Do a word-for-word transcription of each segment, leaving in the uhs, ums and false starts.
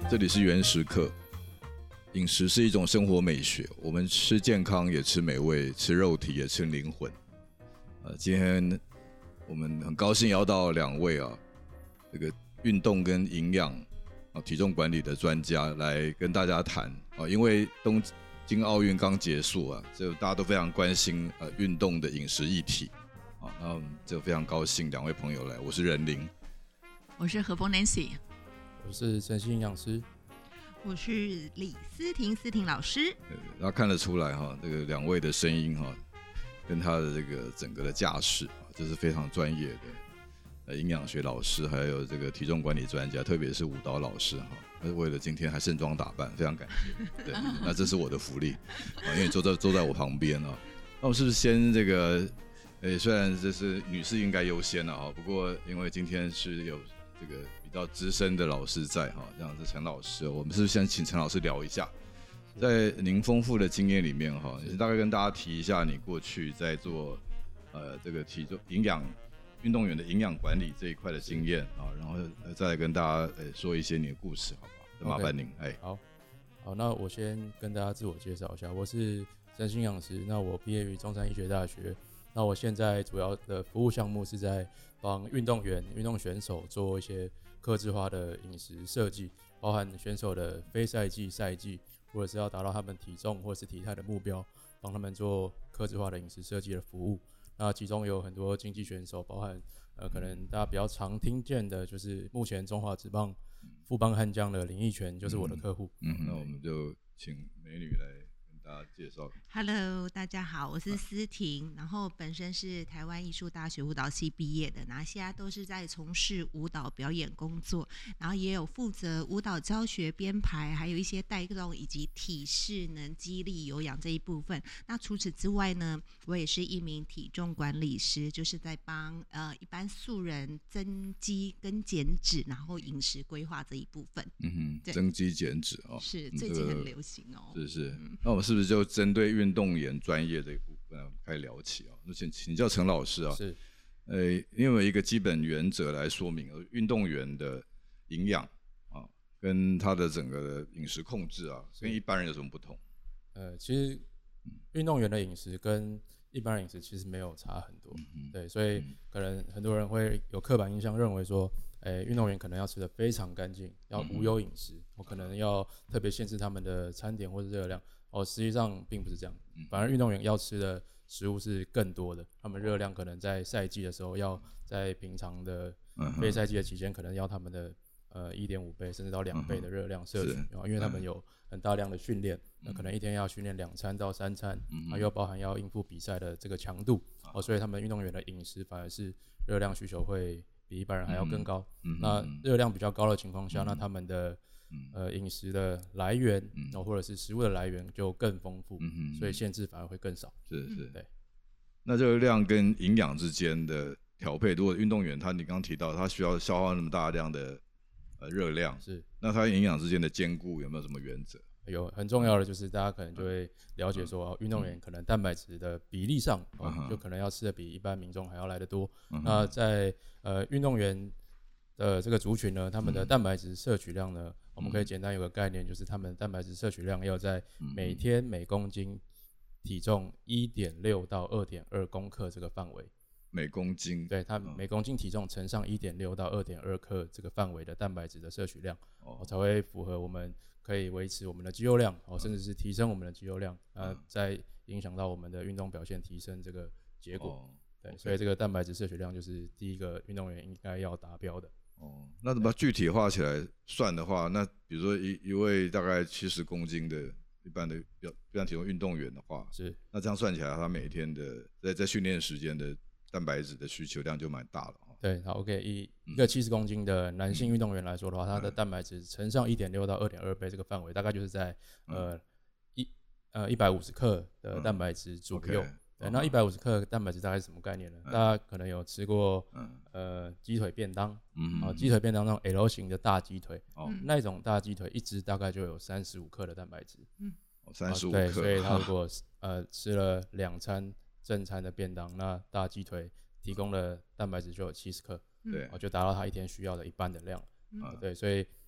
这里是原食课。饮食是一种生活美学，我们吃健康也吃美味，吃肉体也吃灵魂。呃，今天我们很高兴邀到两位啊，这个运动跟营养啊、体重管理的专家来跟大家谈啊，因为东京奥运刚结束啊，就大家都非常关心呃运动的饮食议题啊，那我们就非常高兴两位朋友来，我是任林， 我是何峰 Nancy， 我是晨曦营养师。 我是李思婷，思婷老师。 大家看得出来哈，这个两位的声音哈，跟他的这个整个的架势啊，这是非常专业的呃营养学老师，还有这个体重管理专家，特别是舞蹈老师哈，为了今天还盛装打扮，非常感谢。对，那这是我的福利啊，因为你坐在坐在我旁边啊。那我是不是先这个？呃，虽然这是女士应该优先了哈，不过因为今天是有这个比较资深的老师在哈，这样是陈老师，我们是不是先请陈老师聊一下，在您丰富的经验里面哈，也是大概跟大家提一下你过去在做呃这个体重营养运动员的营养管理这一块的经验啊，然后再来跟大家呃说一些你的故事，好不好？麻烦您，哎、 okay. 好，好，那我先跟大家自我介绍一下，我是晨曦营养师，那我毕业于中山医学大学。那我现在主要的服务项目是在帮运动员、运动选手做一些客制化的饮食设计，包含选手的非赛季、赛季，或者是要达到他们体重或是体态的目标，帮他们做客制化的饮食设计的服务。那其中有很多竞技选手，包含呃可能大家比较常听见的，就是目前中华职棒富邦悍将的林益全，就是我的客户。 嗯，那我们就请美女来大家介绍。 Hello， 大家好，我是思婷，然后本身是台湾艺术大学舞蹈系毕业的，然后现在都是在从事舞蹈表演工作，然后也有负责舞蹈教学、编排，还有一些带动以及体适能、肌力、有氧这一部分。那除此之外呢，我也是一名体重管理师，就是在帮呃一般素人增肌跟减脂，然后饮食规划这一部分。 嗯哼，增肌减脂哦， 是最近很流行哦。 是是，嗯、那我们是不是就针对运动员专业这一部分开始聊起啊？那请请教陈老师啊， 是， 呃，因为一个基本原则来说明，运动员的营养啊，跟他的整个的饮食控制啊，跟一般人有什么不同？ 呃，其实运动员的饮食跟一般人饮食其实没有差很多，嗯、对，所以可能很多人会有刻板印象，认为说，诶，运动员可能要吃得非常干净，要无油饮食，我、嗯、可能要特别限制他们的餐点或者热量。哦，实际上并不是这样，反而运动员要吃的食物是更多的，他们热量可能在赛季的时候要在平常的非赛季的期间，可能要他们的呃 一点五 倍甚至到两倍的热量摄取，然后因为他们有很大量的训练，那可能一天要训练两餐到三餐，啊又包含要应付比赛的这个强度，哦，所以他们运动员的饮食反而是热量需求会比一般人还要更高。那热量比较高的情况下，那他们的呃，饮食的来源，嗯哦、或者是食物的来源就更丰富，嗯，所以限制反而会更少。 是是， 对。 那这个量跟营养之间的调配，如果运动员他你刚刚提到他需要消耗那么大量的呃热量， 是， 那他营养之间的兼顾有没有什么原则？ 有很重要的就是大家可能就会了解说，运动员可能蛋白质的比例上，哦嗯、就可能要吃的比一般民众还要来得多。嗯、那在呃运动员的这个族群呢，他们的蛋白质摄取量呢，嗯、我们可以简单有个概念，就是他们的蛋白质摄取量要在每天每公斤体重 一点六 到 二点二 公克这个范围。 每公斤， 对，它每公斤体重乘上 一点六 到 二点二 克这个范围的蛋白质的摄取量，哦，才会符合我们可以维持我们的肌肉量，哦，甚至是提升我们的肌肉量，呃，再影响到我们的运动表现提升这个结果。哦，对， okay. 所以这个蛋白质摄取量就是第一个运动员应该要达标的。 哦，那怎么具体化起来算的话，那比如说一一位大概七十公斤的一般的一般体重运动员的话， 是， 那这样算起来，他每天的在在训练时间的蛋白质的需求量就蛮大了。 对，好 ，OK， 以一个七十公斤的男性运动员来说的话，嗯、他的蛋白质乘上 一点六 到 二点二 倍这个范围，大概就是在、嗯、呃一呃一百五十克的蛋白质左右。嗯 okay. 对，那一百五十克蛋白质大概是什么概念呢？嗯、大家可能有吃过，嗯、呃，鸡腿便当，嗯，啊，鸡腿便当那种 L 型的大鸡腿，哦，那种大鸡腿一只大概就有三十五克的蛋白质，嗯， 三十五克， 对，所以他如果呃吃了两餐正餐的便当，那大鸡腿提供的蛋白质就有七十克， 对、 嗯，就达到他一天需要的一半的量，嗯、对，所以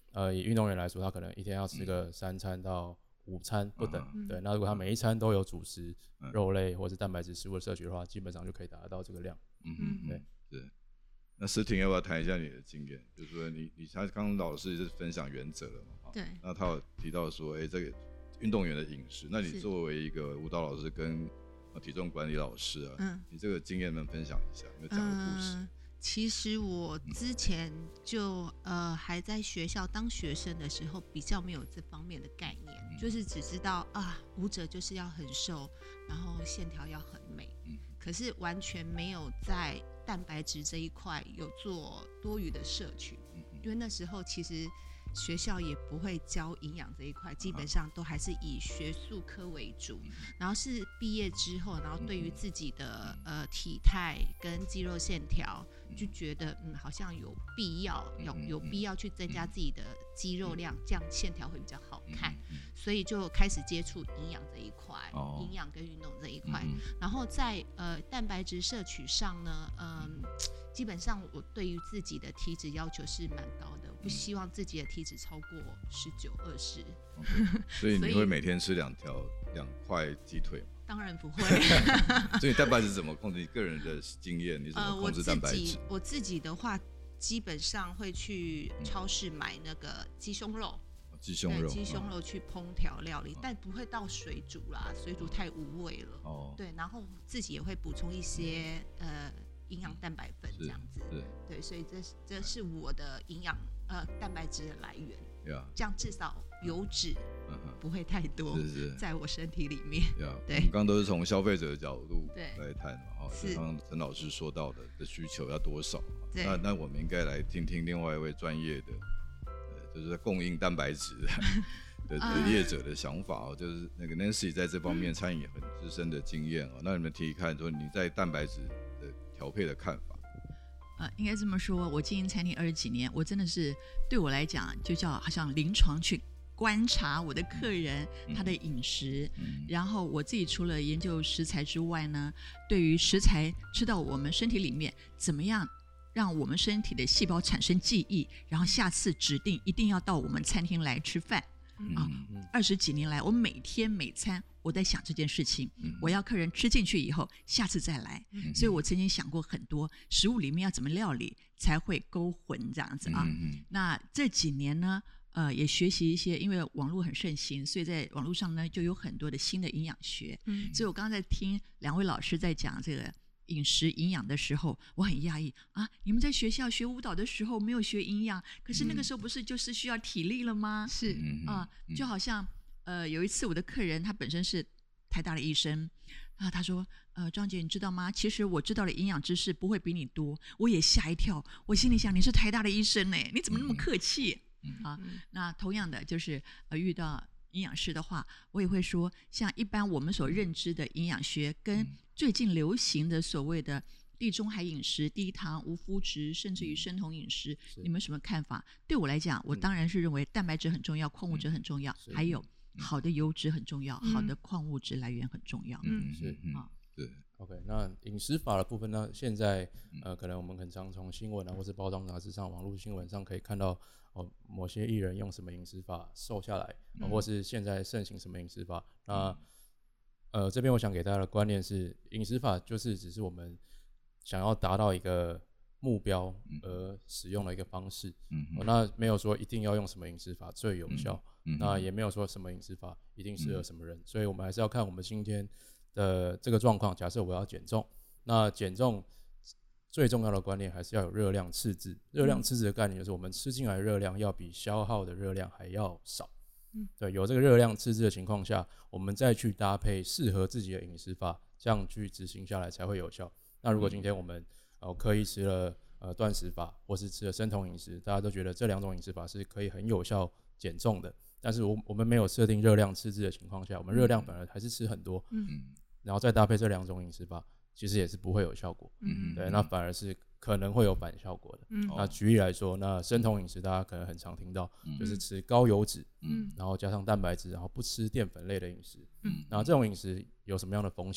呃以运动员来说，他可能一天要吃个三餐到午餐不等， 嗯、 对。那如果他每一餐都有主食、嗯、肉类或是蛋白质食物的摄取的话，基本上就可以达得到这个量。 嗯嗯，对，是。那诗婷要不要谈一下你的经验？就是说你，你他刚刚老师是分享原则了嘛？ 对。 那他有提到说，哎、欸，这个运动员的饮食，那你作为一个舞蹈老师跟体重管理老师啊，嗯，你这个经验能分享一下？有没有讲个故事？ 嗯其实我之前就呃还在学校当学生的时候，比较没有这方面的概念，嗯、就是只知道啊，舞者就是要很瘦，然后线条要很美，嗯、可是完全没有在蛋白质这一块有做多余的摄取，嗯、因为那时候其实学校也不会教营养这一块，基本上都还是以学术科为主。然后是毕业之后，然后对于自己的呃体态跟肌肉线条，就觉得嗯好像有必要有有必要去增加自己的肌肉量，这样线条会比较好看。所以就开始接触营养这一块，营养跟运动这一块。然后在呃蛋白质摄取上呢，嗯，基本上我对于自己的体脂要求是蛮高的。不希望自己的体脂超过十九、二十， 所以你会每天吃两条两块鸡腿吗？ 当然不会。 所以蛋白质怎么控制？你个人的经验，你怎么控制蛋白质？ 呃、我, 自我自己的话，基本上会去超市买那个鸡胸肉， 鸡、嗯、胸肉， 鸡胸肉去烹调料理，嗯、但不会到水煮啦，水煮太无味了。哦，对，然后自己也会补充一些呃营养蛋白粉这样子，对，所以这这是我的营养。呃，蛋白质的来源， yeah. 这样至少油脂不会太多，是是在我身体里面。 Yeah. 对，我们刚刚都是从消费者的角度来谈嘛，哈，就刚刚陈老师说到的的需求要多少，那那我们应该来听听另外一位专业的，呃，就是在供应蛋白质的的业者的想法哦，就是那个 Nancy 在这方面餐饮也很资深的经验哦，那你们提一看，说你在蛋白质的调配的看法。 呃，应该这么说，我经营餐厅二十几年，我真的是对我来讲，就叫好像临床去观察我的客人、嗯、他的饮食、嗯，然后我自己除了研究食材之外呢，对于食材吃到我们身体里面，怎么样让我们身体的细胞产生记忆，然后下次指定一定要到我们餐厅来吃饭。嗯、啊，二十几年来，我每天每餐我在想这件事情，嗯、我要客人吃进去以后，下次再来。嗯、所以我曾经想过很多食物里面要怎么料理才会勾魂这样子啊。嗯、那这几年呢，呃，也学习一些，因为网络很盛行，所以在网络上呢就有很多的新的营养学。嗯、所以我刚刚在听两位老师在讲这个饮食营养的时候，我很讶异啊！你们在学校学舞蹈的时候没有学营养，可是那个时候不是就是需要体力了吗？是啊，就好像呃有一次我的客人他本身是台大的医生啊，他说呃张姐你知道吗？其实我知道的营养知识不会比你多，我也吓一跳，我心里想你是台大的医生呢，你怎么那么客气啊？那同样的就是呃遇到营养师的话，我也会说，像一般我们所认知的营养学跟最近流行的所谓的地中海饮食、低糖、无麸质，甚至于生酮饮食，你们有什么看法？对我来讲，我当然是认为蛋白质很重要，矿物质很重要，还有好的油脂很重要，好的矿物质来源很重要。 嗯，是啊，对。OK， 那饮食法的部分呢？现在呃，可能我们很常从新闻啊，或是包装杂志上、网络新闻上可以看到哦，某些艺人用什么饮食法瘦下来，哦、或是现在盛行什么饮食法。那呃，这边我想给大家的观念是，饮食法就是只是我们想要达到一个目标而使用的一个方式。嗯哦、那没有说一定要用什么饮食法最有效，嗯、那也没有说什么饮食法一定适合什么人，嗯、所以我们还是要看我们今天的这个状况。假设我要减重，那减重最重要的观念还是要有热量赤字。热量赤字的概念就是我们吃进来的热量要比消耗的热量还要少。嗯、对，有这个热量赤字的情况下，我们再去搭配适合自己的饮食法，这样去执行下来才会有效。那如果今天我们呃刻意吃了呃断食法，或是吃了生酮饮食，大家都觉得这两种饮食法是可以很有效减重的，但是我我们没有设定热量赤字的情况下，我们热量反而还是吃很多，嗯，然后再搭配这两种饮食法，其实也是不会有效果。嗯，对，那反而是可能会有反效果的。嗯，那举例来说，那生酮饮食大家可能很常听到，嗯、就是吃高油脂，嗯，然后加上蛋白质，然后不吃淀粉类的饮食。嗯，那这种饮食有什么样的风险呢？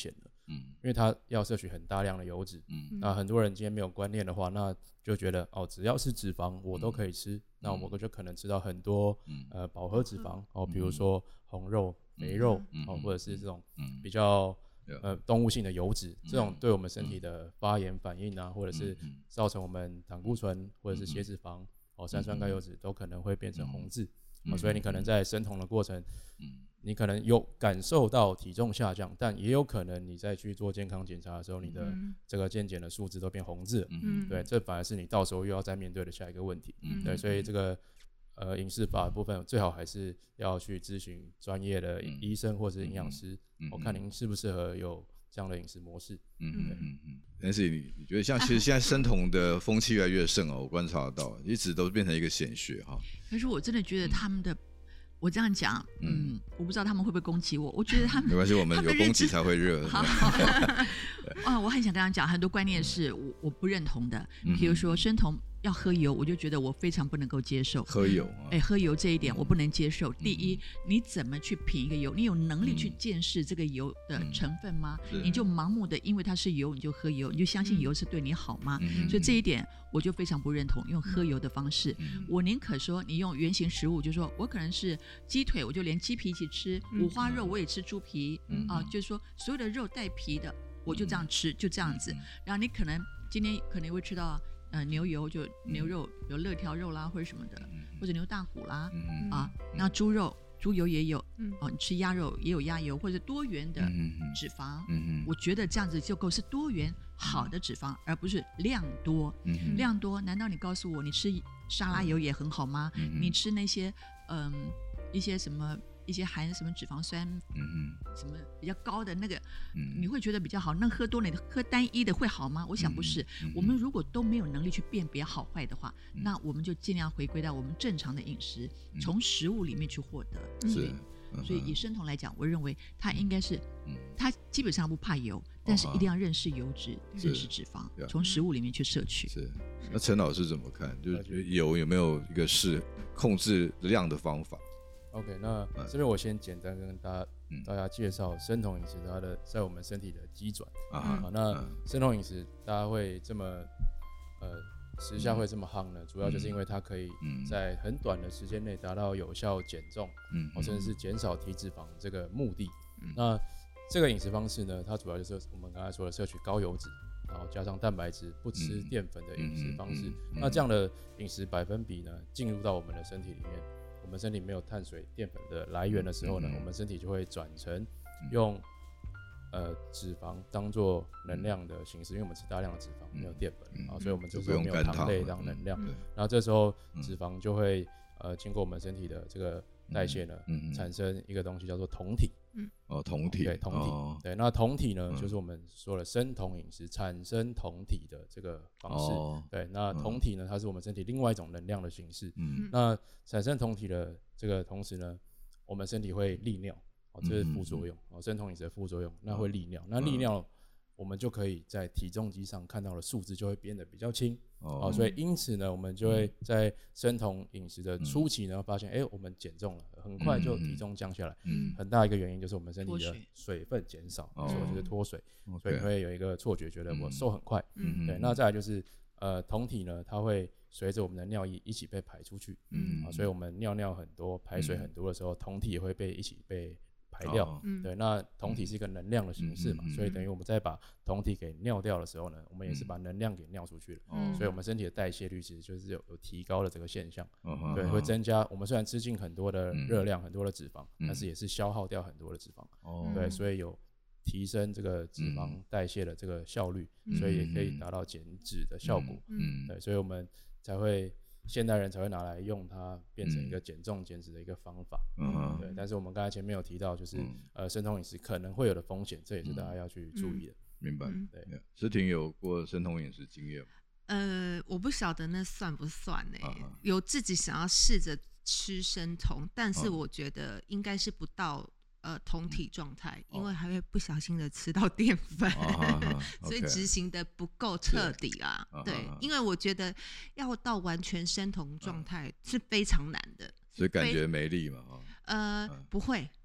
嗯，因为它要摄取很大量的油脂，嗯，那很多人今天没有观念的话，那就觉得哦，只要是脂肪我都可以吃，嗯、那我们就可能吃到很多、嗯、呃饱和脂肪哦，比如说红肉、肥肉、嗯、哦，或者是这种比较、嗯、呃动物性的油脂，嗯、这种对我们身体的发炎反应啊，或者是造成我们胆固醇或者是血脂肪哦三酸甘油脂都可能会变成红字。哦、所以你可能在生酮的过程，嗯、你可能有感受到体重下降，但也有可能你在去做健康检查的时候，你的这个健检的数字都变红字了。嗯、对，这反而是你到时候又要再面对的下一个问题。嗯、对，所以这个呃饮食法的部分，最好还是要去咨询专业的医生或者营养师，嗯、我看您适不适合有这样的饮食模式。嗯嗯嗯嗯。但是你你觉得像其实现在生酮的风气越来越盛哦，我观察到一直都变成一个显学哈。 可是我真的觉得他们的，嗯、我这样讲，嗯，我不知道他们会不会攻击我。我觉得他们没关系，我们有攻击才会热。 好，啊，我很想跟他讲，很多观念是我我不认同的，比如说生酮要喝油，我就觉得我非常不能够接受。 喝油啊， 哎，喝油这一点我不能接受。嗯、第一，你怎么去品一个油？你有能力去见识这个油的成分吗？嗯、你就盲目的因为它是油你就喝油，你就相信油是对你好吗？嗯、所以这一点我就非常不认同用喝油的方式。嗯、我宁可说你用原型食物，就是说我可能是鸡腿，我就连鸡皮一起吃；五花肉我也吃猪皮，嗯、啊，就是说所有的肉带皮的我就这样吃，就这样子。然后你可能今天可能会吃到。呃，牛油就牛肉有肋条肉啦，或者什么的，嗯、或者牛大骨啦，嗯、啊，那猪肉猪油也有，嗯、哦，你吃鸭肉也有鸭油，或者多元的脂肪，嗯、我觉得这样子就够是多元好的脂肪，而不是量多。嗯、量多，难道你告诉我你吃沙拉油也很好吗？嗯、你吃那些嗯、呃、一些什么？一些含什么脂肪酸，嗯、什么比较高的那个，嗯、你会觉得比较好？那喝多了，喝单一的会好吗？我想不是。嗯、我们如果都没有能力去辨别好坏的话，嗯、那我们就尽量回归到我们正常的饮食，嗯、从食物里面去获得。 是， 嗯、所以以生酮来讲，我认为它应该是，嗯、它基本上不怕油，但是一定要认识油脂，哦、认识脂肪，从食物里面去摄取。 是。那陈老师怎么看？就是油有没有一个是控制量的方法？ OK， 那这边我先简单跟大家、嗯、大家介绍生酮饮食它的在我们身体的机转啊。好，那生酮饮食大家会这么呃时下会这么夯呢，嗯、主要就是因为它可以在很短的时间内达到有效减重，嗯，甚至是减少体脂肪这个目的。嗯、那这个饮食方式呢，它主要就是我们刚才说的摄取高油脂，然后加上蛋白质，不吃淀粉的饮食方式。嗯嗯嗯、那这样的饮食百分比呢，进入到我们的身体里面。我们身体没有碳水、淀粉的来源的时候呢，嗯、我们身体就会转成用、嗯、呃脂肪当做能量的形式，因为我们吃大量的脂肪，没有淀粉、嗯、啊，所以我们这时候没有糖类当能量。嗯、然后这时候脂肪就会呃经过我们身体的这个代谢呢，嗯、产生一个东西叫做酮体。 嗯、哦，酮体， 对，酮体，哦、对，那酮体呢，嗯、就是我们说的生酮饮食产生酮体的这个方式。哦、对，那酮体呢，它是我们身体另外一种能量的形式。嗯，那产生酮体的这个同时呢，我们身体会利尿，哦，这是副作用。哦，生酮饮食的副作用，那会利尿，那利尿我们就可以在体重机上看到的数字就会变得比较轻。哦，所以因此呢，我们就会在生酮饮食的初期呢，发现，哎、欸，我们减重了，很快就体重降下来。嗯，很大一个原因就是我们身体的水分减少，所以就是脱水，哦、所以你会有一个错觉，觉得我瘦很快。嗯，对。那再来就是，呃，酮体呢，它会随着我们的尿液一起被排出去。嗯，啊，所以我们尿尿很多、排水很多的时候，酮体也会被一起被排掉。哦、对，那酮体是一个能量的形式嘛，嗯、所以等于我们再把酮体给尿掉的时候呢，我们也是把能量给尿出去了。嗯、所以我们身体的代谢率其实就是有有提高的这个现象。嗯、对，会增加我们虽然吃进很多的热量、嗯、很多的脂肪，嗯、但是也是消耗掉很多的脂肪。嗯、对，所以有提升这个脂肪代谢的这个效率，嗯、所以也可以达到减脂的效果。嗯、对，所以我们才会。现代人才会拿来用它，变成一个减重减脂的一个方法。嗯，对。但是我们刚才前面有提到，就是、嗯、呃，生酮饮食可能会有的风险，这也是大家要去注意的。 嗯、明白。对，诗婷有过生酮饮食经验吗？ 呃，我不晓得那算不算呢、欸？啊、有自己想要试着吃生酮，但是我觉得应该是不到。呃，酮体状态，因为还会不小心的吃到淀粉，哦、所以执行的不够彻底啦。对，因为我觉得要到完全生酮状态是非常难的， 所以感觉没力嘛。 呃，嗯、不会，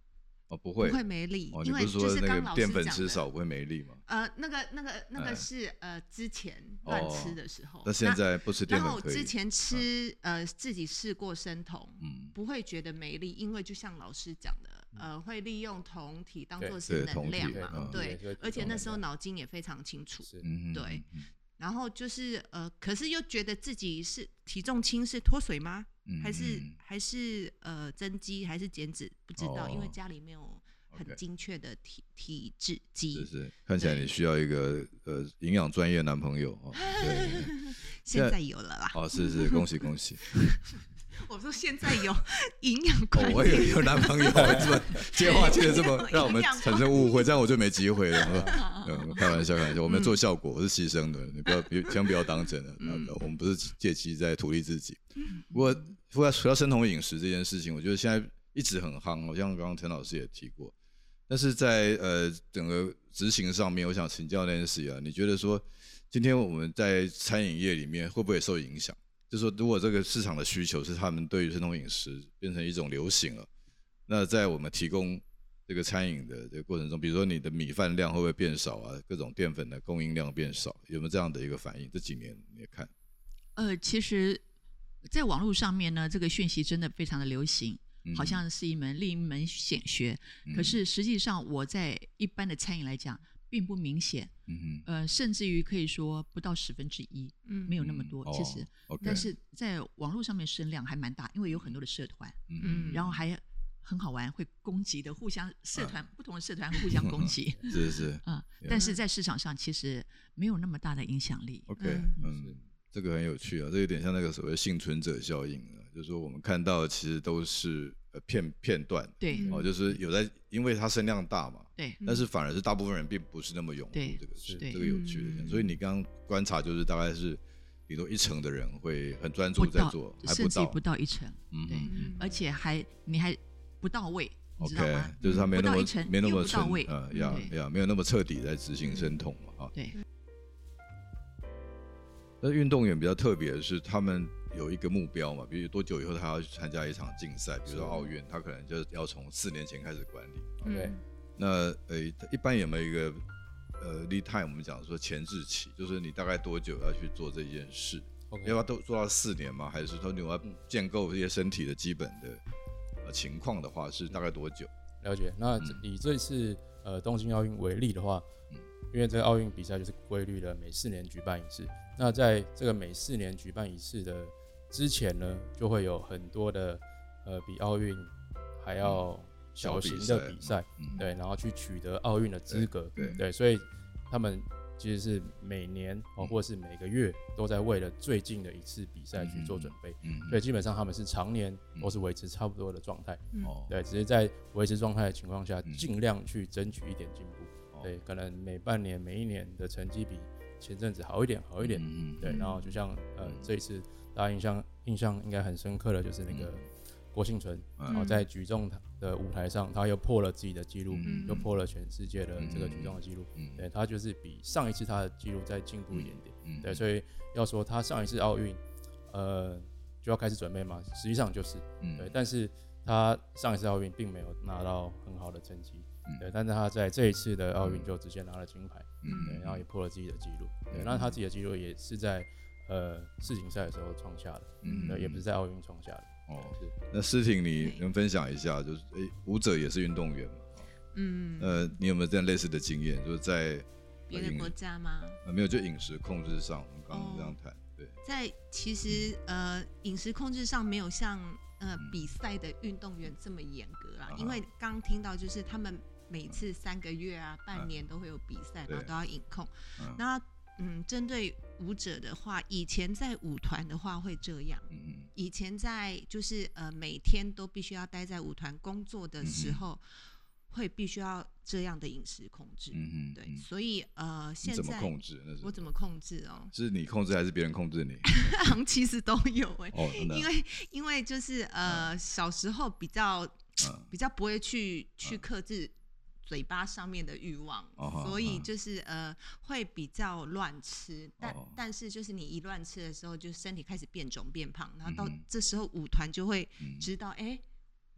哦，不会， 不会没力， 哦， 因为你不是说就是那个淀刚老师讲的粉吃少不会没力吗？ 呃，那个、那个、那个是、哎、呃之前乱吃的时候， 那、哦、现在不吃淀粉可以。 然后之前吃、嗯、呃自己试过生酮， 嗯， 不会觉得没力，因为就像老师讲的，呃，会利用酮体当做是能量嘛，对，对而且那时候脑筋也非常清楚， 嗯、 对。然后就是呃，可是又觉得自己是体重轻是脱水吗？嗯、还是还是呃增肌还是减脂？不知道，哦、因为家里没有很精确的体、okay. 体脂机。 是是，看起来你需要一个呃营养专业男朋友哦。对， 现在有了啦。 哦，是是，恭喜恭喜。 我说现在有营养管理、 哦，我以为有男朋友，怎么接话接的这么让我们产生误会，这样我就没机会了。嗯，开玩笑，开玩笑，我们做效果，我是牺牲的，你不要，千万不要当真了。嗯、我们不是借机在图利自己。不过，除了除了生酮饮食这件事情，我觉得现在一直很夯，好像刚刚陈老师也提过。但是在呃整个执行上面，我想请教 Nancy 啊，你觉得说今天我们在餐饮业里面会不会受影响？就是说，如果这个市场的需求是他们对于生酮饮食变成一种流行了，那在我们提供这个餐饮的这个过程中，比如说你的米饭量会不会变少啊？各种淀粉的供应量变少，有没有这样的一个反应？这几年你也看？ 呃，其实，在网络上面呢，这个讯息真的非常的流行，嗯、好像是一门另一门显学。嗯、可是实际上，我在一般的餐饮来讲，并不明显，嗯、呃，甚至于可以说不到十分之一，嗯，没有那么多。嗯、其实， 哦 okay. 但是在网络上面声量还蛮大，因为有很多的社团，嗯，然后还很好玩，会攻击的，互相社团、啊、不同的社团互相攻击， 是是啊、嗯，但是在市场上其实没有那么大的影响力。 OK， 嗯，这个很有趣啊，这有点像那个所谓幸存者效应啊，就是说我们看到的其实都是呃片片段，对，哦，就是有在，因为它声量大嘛， 对， 但是反而是大部分人并不是那么拥护这个事，这个有趣的，所以你刚刚观察就是大概是顶多一成的人会很专注在做，还不到， 甚至不到一成，嗯，对，嗯、而且还你还不到位。 OK， 就是他没那么没那么到位，呃，呀呀，没有那么彻底在执行生酮嘛，啊， 对。 那运动员比较特别的是，他们有一个目标嘛，比如多久以后他要去参加一场竞赛，比如说奥运，他可能就要从四年前开始管理。 OK， 那呃，一般有没有一个呃 lead time？ 我们讲说前置期，就是你大概多久要去做这件事？ Okay. 要不要都做到四年吗？还是说你要建构这些身体的基本的？情况的话是大概多久？ 了解。那以这次呃东京奥运为例的话，嗯，因为这个奥运比赛就是规律的每四年举办一次。那在这个每四年举办一次的之前呢，就会有很多的呃比奥运还要小型的比赛，嗯、对，然后去取得奥运的资格，对， 对， 对，所以他们其实是每年哦，或是每个月都在为了最近的一次比赛去做准备，嗯，所以基本上他们是常年都是维持差不多的状态，嗯，对，只是在维持状态的情况下，尽量去争取一点进步，对，可能每半年、每一年的成绩比前阵子好一点，好一点，嗯，对，然后就像呃这一次大家印象印象应该很深刻的就是那个郭婞淳，然后在举重的舞台上，他又破了自己的纪录，嗯、又破了全世界的这个举重的纪录。嗯、对，他就是比上一次他的纪录再进步一点点。嗯、对，所以要说他上一次奥运，呃，就要开始准备嘛，实际上就是，嗯、对。但是他上一次奥运并没有拿到很好的成绩，嗯、对。但是他在这一次的奥运就直接拿了金牌，嗯、对，然后也破了自己的纪录。对，那他自己的纪录也是在呃世锦赛的时候创下的，嗯、对，也不是在奥运创下的。 哦，那诗婷，你能分享一下，就是诶，舞者也是运动员嘛？嗯，呃，你有没有这样类似的经验？就是在别的国家吗？ 呃，没有，就饮食控制上，我们刚刚这样谈，哦、对， 在其实呃饮食控制上没有像呃比赛的运动员这么严格啦，嗯、因为刚听到就是他们每次三个月啊、嗯、半年都会有比赛，嗯、然后都要饮控，嗯、那。嗯，针对舞者的话，以前在舞团的话会这样。嗯、以前在就是呃每天都必须要待在舞团工作的时候，嗯、会必须要这样的饮食控制。嗯、对，所以呃现在你怎么控制？那是我怎么控制哦？ 是你控制还是别人控制你？ 其实都有哎、欸。哦，因为因为就是呃、嗯、小时候比较、嗯、比较不会去去克制。嘴巴上面的欲望， oh, 所以就是呃会比较乱吃，但、oh. 但是就是你一乱吃的时候，就身体开始变肿变胖，然后到这时候舞团就会知道，哎、嗯，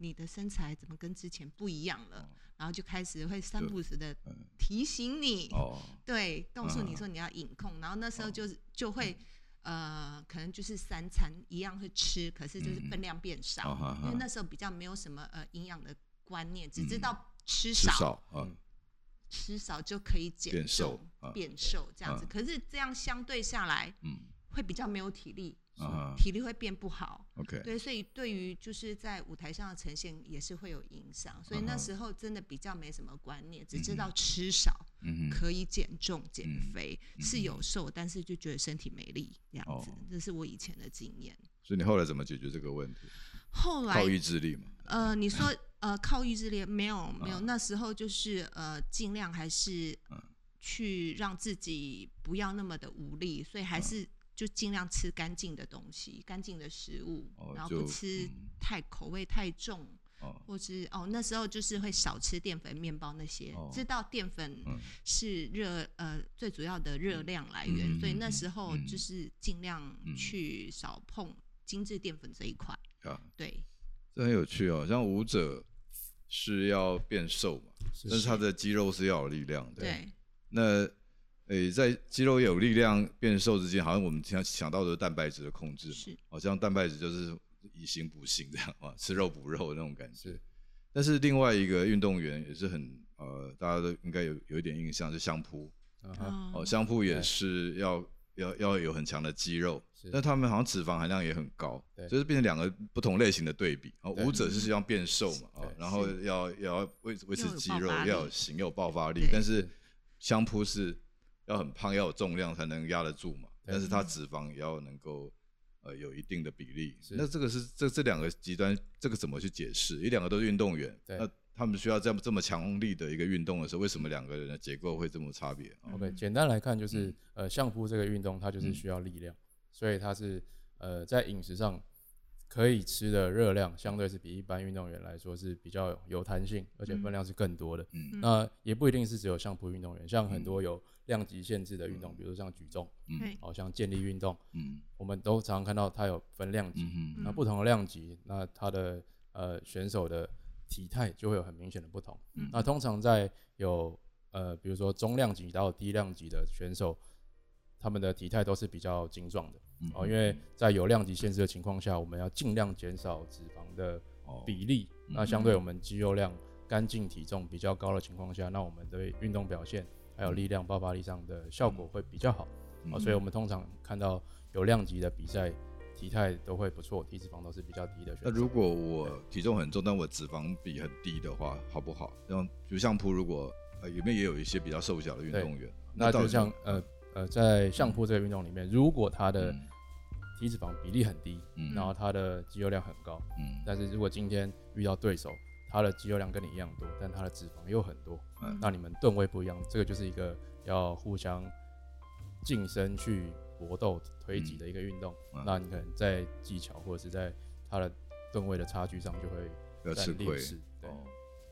你的身材怎么跟之前不一样了？哦、然后就开始会三不时的提醒你，哦、对，告诉你说你要饮控。然后那时候就就会、嗯、呃，可能就是三餐一样会吃，可是就是分量变少，嗯、因为那时候比较没有什么呃营养的观念，只知道吃少， 吃少，嗯、 吃少就可以减重、变瘦、变瘦这样子。嗯、可是这样相对下来，嗯、会比较没有体力。Uh-huh. 体力会变不好 ，OK， 对，所以对于就是在舞台上的呈现也是会有影响，所以那时候真的比较没什么观念， uh-huh. 只知道吃少、uh-huh. 可以减重减肥、uh-huh. 是有瘦，但是就觉得身体没力这样子， uh-huh. 这是我以前的经验。 所以你后来怎么解决这个问题？ 后来靠意志力嘛？ 呃，你说呃靠意志力没有没有， uh-huh. 那时候就是呃尽量还是去让自己不要那么的无力，所以还是、uh-huh.就尽量吃干净的东西，干净的食物，哦、然后不吃太口味太重，哦、或是哦那时候就是会少吃淀粉、面包那些，哦、知道淀粉是热、嗯、呃最主要的热量来源，嗯、所以那时候就是尽量去少碰精致淀粉这一块。 啊， 对， 这很有趣哦。像舞者是要变瘦嘛，是但是他的肌肉是要有力量的。 对， 那。诶，在肌肉有力量变瘦之间，好像我们想想到的是蛋白质的控制， 是， 好像蛋白质就是以形补形这样啊，吃肉补肉那种感觉。但是另外一个运动员也是很呃，大家都应该有有一点印象，是相扑。Uh-huh. 哦，相扑也是要要要有很强的肌肉，但他们好像脂肪含量也很高，就是变成两个不同类型的对比。哦，舞者是希望变瘦嘛，哦，然后要要维维持肌肉，要有型，要有爆发力，但是相扑是。要很胖，要有重量才能压得住嘛，但是它脂肪也要能够呃有一定的比例。那这个是这这两个极端，这个怎么去解释？因为两个都是运动员，那他们需要这么这么强力的一个运动的时候，为什么两个人的结构会这么差别 ？OK， 简单来看就是、嗯、呃相扑这个运动它就是需要力量，嗯、所以它是呃在饮食上可以吃的热量相对是比一般运动员来说是比较有弹性，而且分量是更多的。嗯、那也不一定是只有相扑运动员，像很多有量级限制的运动，嗯、比如像举重，嗯，好像健力运动，嗯，我们都常常看到它有分量级，嗯、那不同的量级，那它的呃选手的体态就会有很明显的不同。嗯、那通常在有呃比如说中量级到低量级的选手，他们的体态都是比较精壮的。哦，因为在有量级限制的情况下，我们要尽量减少脂肪的比例。哦嗯、那相对我们肌肉量、干净体重比较高的情况下，那我们对运动表现还有力量、爆发力上的效果会比较好。嗯哦、所以我们通常看到有量级的比赛，体态都会不错，体脂肪都是比较低的选手。 那如果我体重很重，但我脂肪比很低的话，好不好？像比如相扑，如果呃里面也有一些比较瘦小的运动员， 那就像呃呃在相扑这个运动里面，如果他的体脂肪比例很低，嗯、然后他的肌肉量很高，嗯、但是如果今天遇到对手，他的肌肉量跟你一样多，但他的脂肪又很多，嗯、那你们吨位不一样，这个就是一个要互相近身去搏斗推挤的一个运动，嗯、那你可能在技巧或者是在他的吨位的差距上就会要吃亏。 对。哦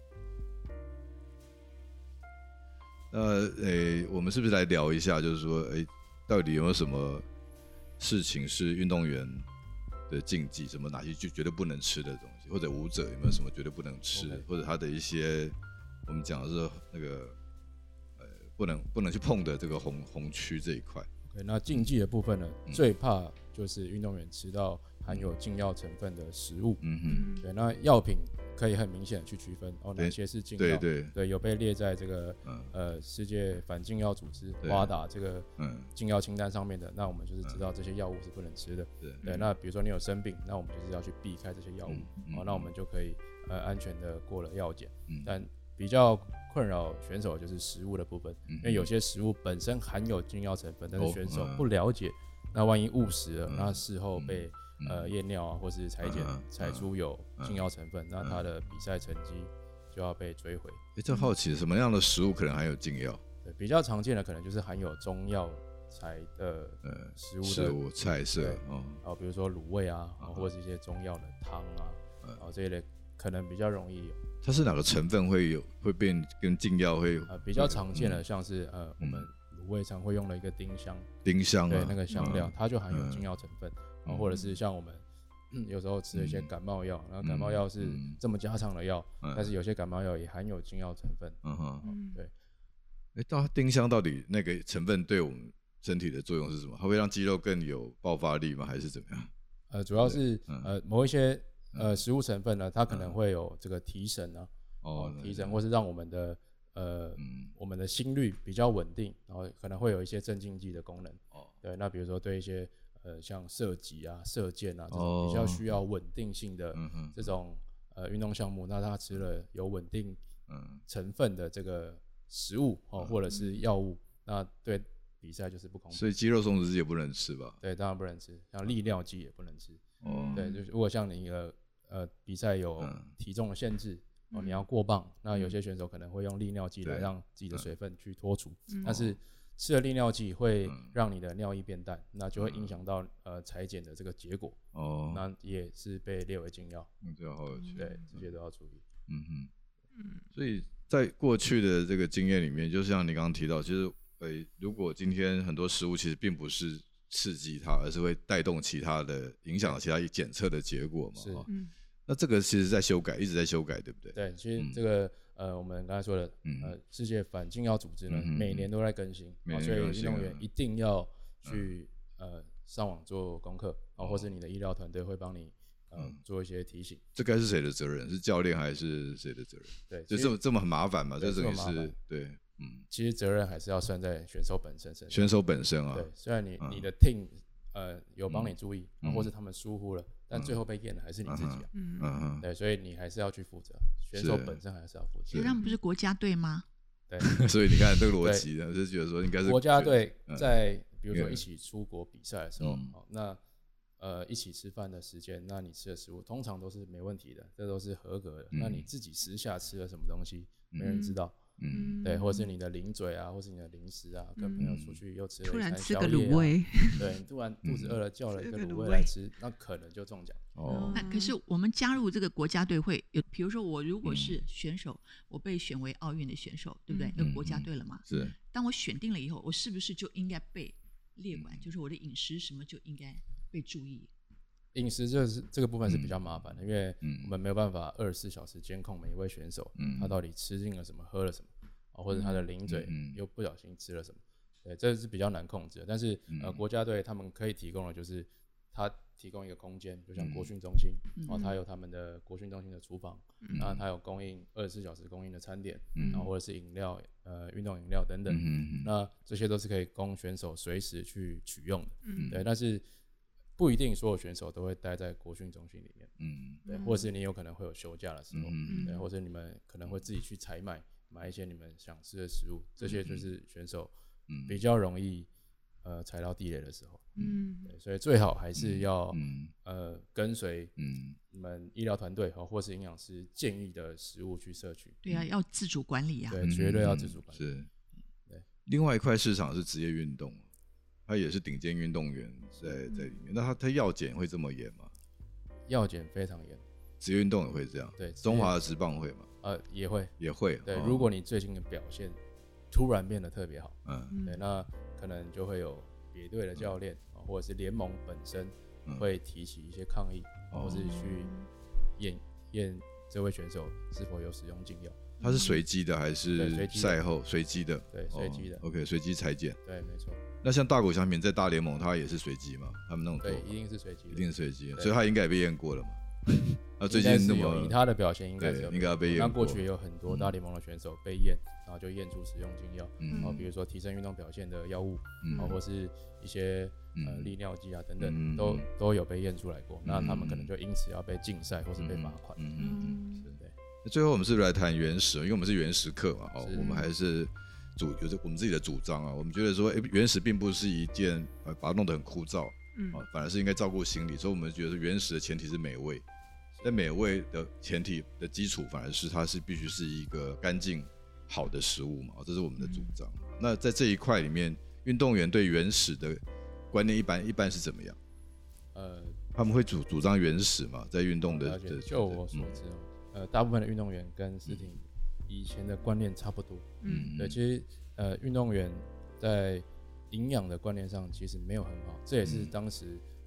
那诶，我们是不是来聊一下，就是说，诶，到底有没有什么事情是运动员的禁忌，什么哪些就绝对不能吃的东西，或者舞者有没有什么绝对不能吃的， okay. 或者他的一些我们讲的是那个呃不能不能去碰的这个红红区这一块。 OK， 那禁忌的部分呢，嗯、最怕就是运动员吃到含有禁药成分的食物。嗯哼，对，那药品可以很明显的去区分哦，哪些是禁药， 对对对，有被列在这个、嗯、呃世界反禁药组织 W A D A 这个禁药清单上面的，那我们就是知道这些药物是不能吃的。对，对，那比如说你有生病，那我们就是要去避开这些药物，嗯嗯、哦，那我们就可以呃安全的过了药检。嗯、但比较困扰选手的就是食物的部分，嗯、因为有些食物本身含有禁药成分，但是选手不了解，哦嗯、那万一误食了，嗯、那事后被、嗯呃，验尿啊，或是裁剪采出有禁药成分，嗯、那他的比赛成绩就要被追回。 哎，这好奇什么样的食物可能含有禁药？ 对，比较常见的可能就是含有中药材的食物的食物菜色哦，啊，比如说卤味啊，啊或者是一些中药的汤啊，嗯、啊这一类可能比较容易有。 它是哪个成分会有会变跟禁药会？ 呃，比较常见的像是、嗯、呃我们卤味常会用的一个丁香， 丁香、啊、 对那个香料，嗯、它就含有禁药成分。嗯或者是像我们有时候吃了一些感冒药，然后感冒药是这么家常的药， 嗯、 但是有些感冒药也含有禁药成分。 嗯哼， 对。 哎，到丁香到底那个成分对我们身体的作用是什么？它会让肌肉更有爆发力吗？还是怎么样？ 呃，主要是、嗯、呃某一些呃食物成分呢，它可能会有这个提神啊，哦，提神，或是让我们的呃、嗯、我们的心率比较稳定，然后可能会有一些镇静剂的功能。哦，对，那比如说对一些呃像射击啊、射箭啊这种比较需要稳定性的这种、呃运动项目，那它吃了有稳定成分的这个食物哦，或者是药物，那对比赛就是不公平。 所以肌肉松弛剂也不能吃吧？ 对，当然不能吃，像利尿剂也不能吃。哦，对，就是如果像你的呃比赛有体重的限制。哦，你要过磅，那有些选手可能会用利尿剂来让自己的水分去脱除，嗯、但是吃了利尿剂会让你的尿液变淡，那就会影响到呃裁剪的这个结果。哦，那也是被列为禁药。 嗯，这好有趣。 对，这些都要注意。 嗯哼，嗯，所以在过去的这个经验里面，就像你刚刚提到，其实呃，如果今天很多食物其实并不是刺激它，而是会带动其他的影响其他检测的结果嘛。 是。 嗯，那这个其实在修改，一直在修改，对不对？ 对，其实这个、嗯、呃，我们刚才说的，嗯、呃，世界反禁药组织呢，嗯、每年都在更新， 每年所以运动员一定要去、嗯、呃上网做功课，啊、哦，或是你的医疗团队会帮你呃、嗯、做一些提醒。 这该是谁的责任？是教练还是谁的责任？ 对， 就这么这么很麻烦嘛？这整个是对， 嗯，其实责任还是要算在选手本身身上。 选手本身啊， 对，虽然你、嗯、你的 team 呃有帮你注意，嗯、或是他们疏忽了。但最后被验的还是你自己啊，嗯嗯，对，所以你还是要去负责，选手本身还是要负责。 他们不是国家队吗？ 对， 所以你看这个逻辑呢，是觉得说应该是国家队在比如说一起出国比赛的时候，嗯、那呃一起吃饭的时间，那你吃的食物通常都是没问题的，这都是合格的。嗯、那你自己私下吃了什么东西，没人知道。嗯，对，或是你的零嘴啊，或是你的零食啊，跟朋友出去又吃了一餐宵夜、啊，突然吃个卤味， 对，突然肚子饿了叫了一个卤味来吃，那可能就中奖。 哦，那可是我们加入这个国家队会有，比如说我如果是选手，嗯、我被选为奥运的选手，对不对？有、嗯、国家队了嘛？ 是。 当我选定了以后，我是不是就应该被列管？嗯、就是我的饮食什么就应该被注意？ 饮食这是这个部分是比较麻烦的，因为我们没有办法二十四小时监控每一位选手，嗯、他到底吃进了什么，喝了什么。或者他的零嘴又不小心吃了什么，对，这是比较难控制的。但是呃，国家队他们可以提供的就是，他提供一个空间，就像国训中心，然后他有他们的国训中心的厨房，然后他有供应二十四小时供应的餐点，然后或者是饮料，呃，运动饮料等等，那这些都是可以供选手随时去取用的，对。但是不一定所有选手都会待在国训中心里面，对，或者是你有可能会有休假的时候，对，或者你们可能会自己去采买。买一些你们想吃的食物，这些就是选手比较容易呃踩到地雷的时候，嗯，对，所以最好还是要、嗯、呃跟随你们医疗团队或是营养师建议的食物去摄取。 对啊，要自主管理啊， 对，绝对要自主管理。 是，对。另外一块市场是职业运动，它也是顶尖运动员在在里面。那他他药检会这么严吗？ 药检非常严， 职业运动也会这样。 对， 中华的职棒会吗？ 呃，也会， 也会。 对， 哦、 如果你最近的表现突然变得特别好，嗯，对，那可能就会有别队的教练、嗯、或者是联盟本身会提起一些抗议，嗯、或是去验验这位选手是否有使用禁药。 它是随机的还是赛后随机的？ 对，随机的。 哦、OK， 随机裁剪。 对，没错。 那像大谷翔平在大联盟，他也是随机嘛？他们那种对，一定是随机， 一定是随机，所以他应该也被验过了嘛。 那最近那么以他的表现应该是应该要被验过。 那过去也有很多大联盟的选手被验，然后就验出使用禁药，嗯，然后比如说提升运动表现的药物，嗯，然后或是一些呃利尿剂啊等等，嗯、都都有被验出来过。嗯、那他们可能就因此要被禁赛或是被罚款。嗯嗯嗯，是对。 那最后我们是不是来谈原始？因为我们是原始课嘛，哦，我们还是主有着我们自己的主张啊。我们觉得说，哎、欸，原始并不是一件呃把它弄得很枯燥，嗯，啊，反而是应该照顾心理。所以我们觉得原始的前提是美味。在美味的前提的基础，反而是它是必须是一个干净好的食物嘛，这是我们的主张。嗯、那在这一块里面，运动员对原始的观念一般一般是怎么样？呃，他们会主主张原始嘛，在运动的的就我所知，嗯、呃，大部分的运动员跟思婷以前的观念差不多。嗯，对，其实呃，运动员在营养的观念上其实没有很好，这也是当时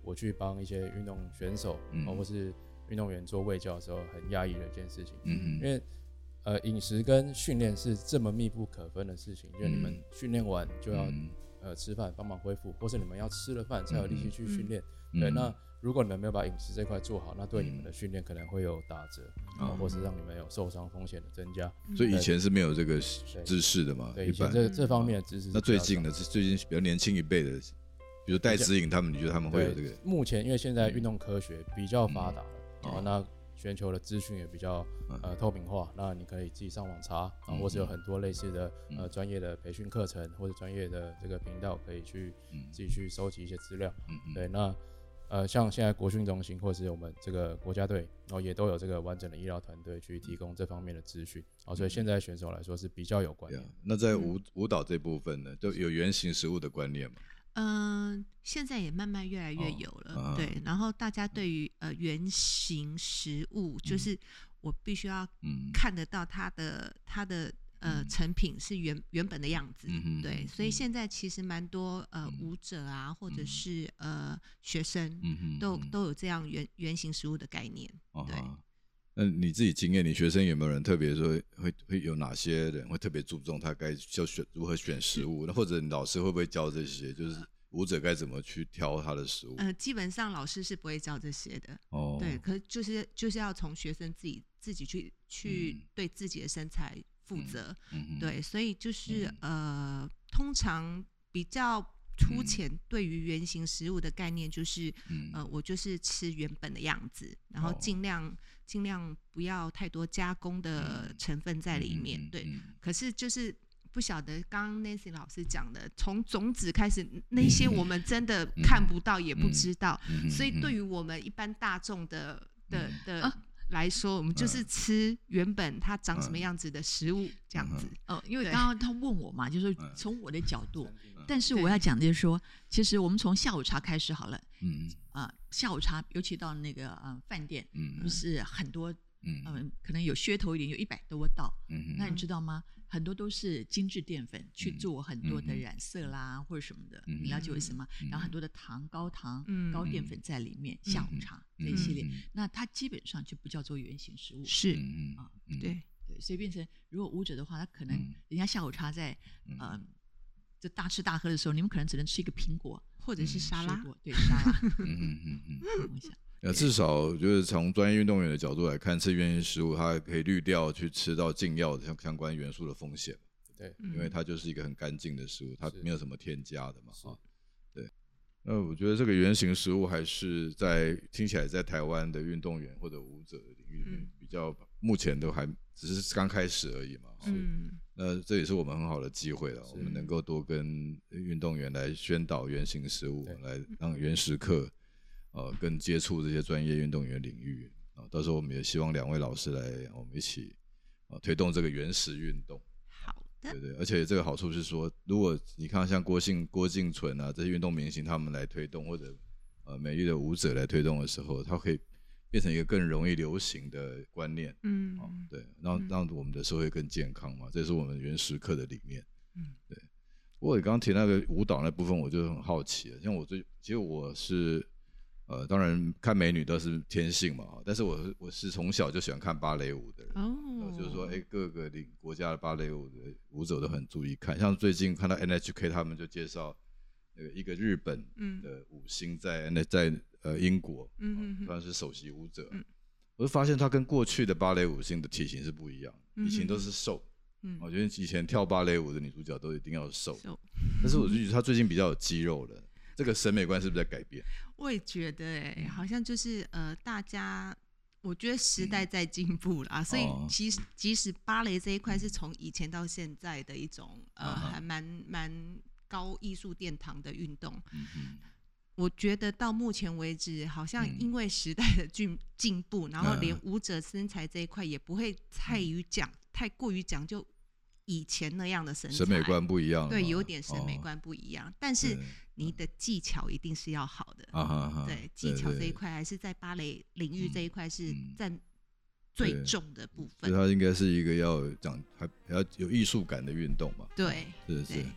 我去帮一些运动选手、 嗯哦、或是运动员做卫教的时候很压抑的一件事情。 嗯， 因为呃饮食跟训练是这么密不可分的事情，就是你们训练完就要、 嗯、 呃吃饭帮忙恢复，或是你们要吃了饭才有力气去训练、 嗯、 对，那如果你们没有把饮食这块做好，那对你们的训练可能会有打折、嗯哦、或是让你们有受伤风险的增加。 所以以前是没有这个知识的嘛？ 对，以前这这方面的知识。 那最近呢？最近比较年轻一辈的，比如戴资颖他们，你觉得他们会有这个？ 目前因为现在运动科学比较发达了，嗯哦、那全球的资讯也比较呃透明化，那你可以自己上网查，然后或是有很多类似的呃专业的培训课程或者专业的这个频道，可以去自己去收集一些资料。对，那呃像现在国训中心或是我们这个国家队，然后也都有这个完整的医疗团队去提供这方面的资讯。哦，所以现在选手来说是比较有观念。 那在舞舞蹈这部分呢，就有原型食物的观念吗？ 嗯、呃，现在也慢慢越来越有了，哦、对。然后大家对于呃原型食物，嗯、就是我必须要看得到它的它的呃成品是原原本的样子，嗯、对。所以现在其实蛮多呃舞者啊，或者是呃学生，嗯、都都有这样原原型食物的概念， 哦、 对。 那你自己经验，你学生有没有人特别说会会有哪些人会特别注重他该就选如何选食物？那或者你老师会不会教这些？就是舞者该怎么去挑他的食物？ 呃，基本上老师是不会教这些的。 哦， 对，可是就是就是要从学生自己自己去去对自己的身材负责。嗯、对，所以就是、嗯、呃，通常比较粗浅对于原型食物的概念就是，嗯、呃，我就是吃原本的样子，然后尽量、哦、尽量不要太多加工的成分在里面。嗯、对、嗯，可是就是不晓得刚刚 Nancy 老师讲的，从种子开始，那些我们真的看不到也不知道，嗯、所以对于我们一般大众的的的。啊来说，我们就是吃原本它长什么样子的食物，这样子。 哦，因为刚刚他问我嘛，就是从我的角度，但是我要讲的就是说，其实我们从下午茶开始好了。嗯啊、呃，下午茶尤其到那个呃饭店，嗯，不是很多，嗯、呃，可能有噱头一点，有一百多道。嗯，那你知道吗？很多都是精致淀粉去做很多的染色啦，嗯、或者什么的，嗯、你了解为什么？嗯、然后很多的糖、高糖、嗯、高淀粉在里面。嗯、下午茶这一系列，嗯、那它基本上就不叫做原型食物。 是啊， 嗯、对对，所以变成如果舞者的话，他可能人家下午茶在嗯、呃、就大吃大喝的时候，你们可能只能吃一个苹果或者是沙拉， 嗯、对沙拉。嗯嗯嗯嗯，我想。 呃，至少我觉得从专业运动员的角度来看，吃原型食物，它可以滤掉去吃到禁药的相相关元素的风险。 对， 因为它就是一个很干净的食物，它没有什么添加的嘛。啊，对。那我觉得这个原型食物还是在听起来在台湾的运动员或者舞者的领域里面比较，嗯、目前都还只是刚开始而已嘛。嗯。那这也是我们很好的机会了，我们能够多跟运动员来宣导原型食物，来让原食客。呃，更接触这些专业运动员领域啊，到时候我们也希望两位老师来，我们一起啊推动这个原食运动。 好的， 对对，而且这个好处是说，如果你看像郭幸、郭敬淳啊这些运动明星他们来推动，或者呃美丽的舞者来推动的时候，它可以变成一个更容易流行的观念。嗯，啊，对，让让我们的社会更健康嘛，这是我们原食课的理念。嗯，对。不过你刚刚提那个舞蹈那部分，我就很好奇了，像我最其实我是。呃，当然看美女都是天性嘛，但是我我是从小就喜欢看芭蕾舞的人，哦呃、就是说，哎，各个领国家的芭蕾舞的舞者都很注意看，像最近看到 N H K 他们就介绍那个一个日本的舞星在、嗯、在呃英国，嗯，算是首席舞者，嗯，我就发现他跟过去的芭蕾舞星的体型是不一样，以前都是瘦，嗯，我觉得以前跳芭蕾舞的女主角都一定要瘦，瘦但是我就觉得她最近比较有肌肉了。这个审美观是不是在改变？ 我也觉得、欸，哎，好像就是呃，大家，我觉得时代在进步啦，嗯、所以其实即使芭蕾这一块是从以前到现在的一种呃，还蛮蛮高艺术殿堂的运动，嗯、我觉得到目前为止，好像因为时代的进进步，然后连舞者身材这一块也不会太于讲、嗯、太过于讲究。以前那样的身材， 审美观不一样， 对，有点审美观不一样，哦、但是你的技巧一定是要好的， 啊、 对，技巧这一块还是在芭蕾领域这一块是占最重的部分， 所以它应该是一个要讲还要有艺术感的运动嘛， 对， 是是。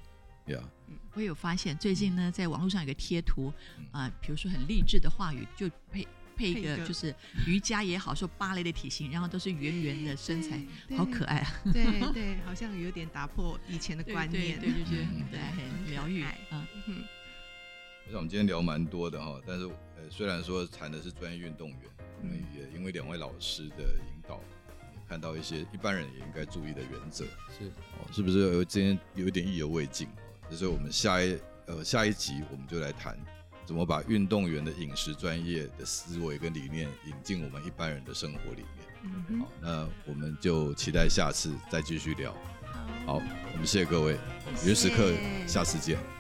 呀、 嗯，我有发现最近呢，在网络上有个贴图啊、呃，比如说很励志的话语，就配配一个就是瑜伽也好，说芭蕾的体型，然后都是圆圆的身材，好可爱啊！ 对对，好像有点打破以前的观念， 对，就觉得很可爱，很疗愈。嗯嗯。 我想我们今天聊蛮多的哈，但是呃，虽然说谈的是专业运动员，我们也因为两位老师的引导，也看到一些一般人也应该注意的原则， 是哦，是不是有今天有一点意犹未尽？就是我们下一呃下一集我们就来谈怎么把运动员的饮食专业的思维跟理念引进我们一般人的生活里面。嗯、好，那我们就期待下次再继续聊。好，我们谢谢各位，原时刻，下次见。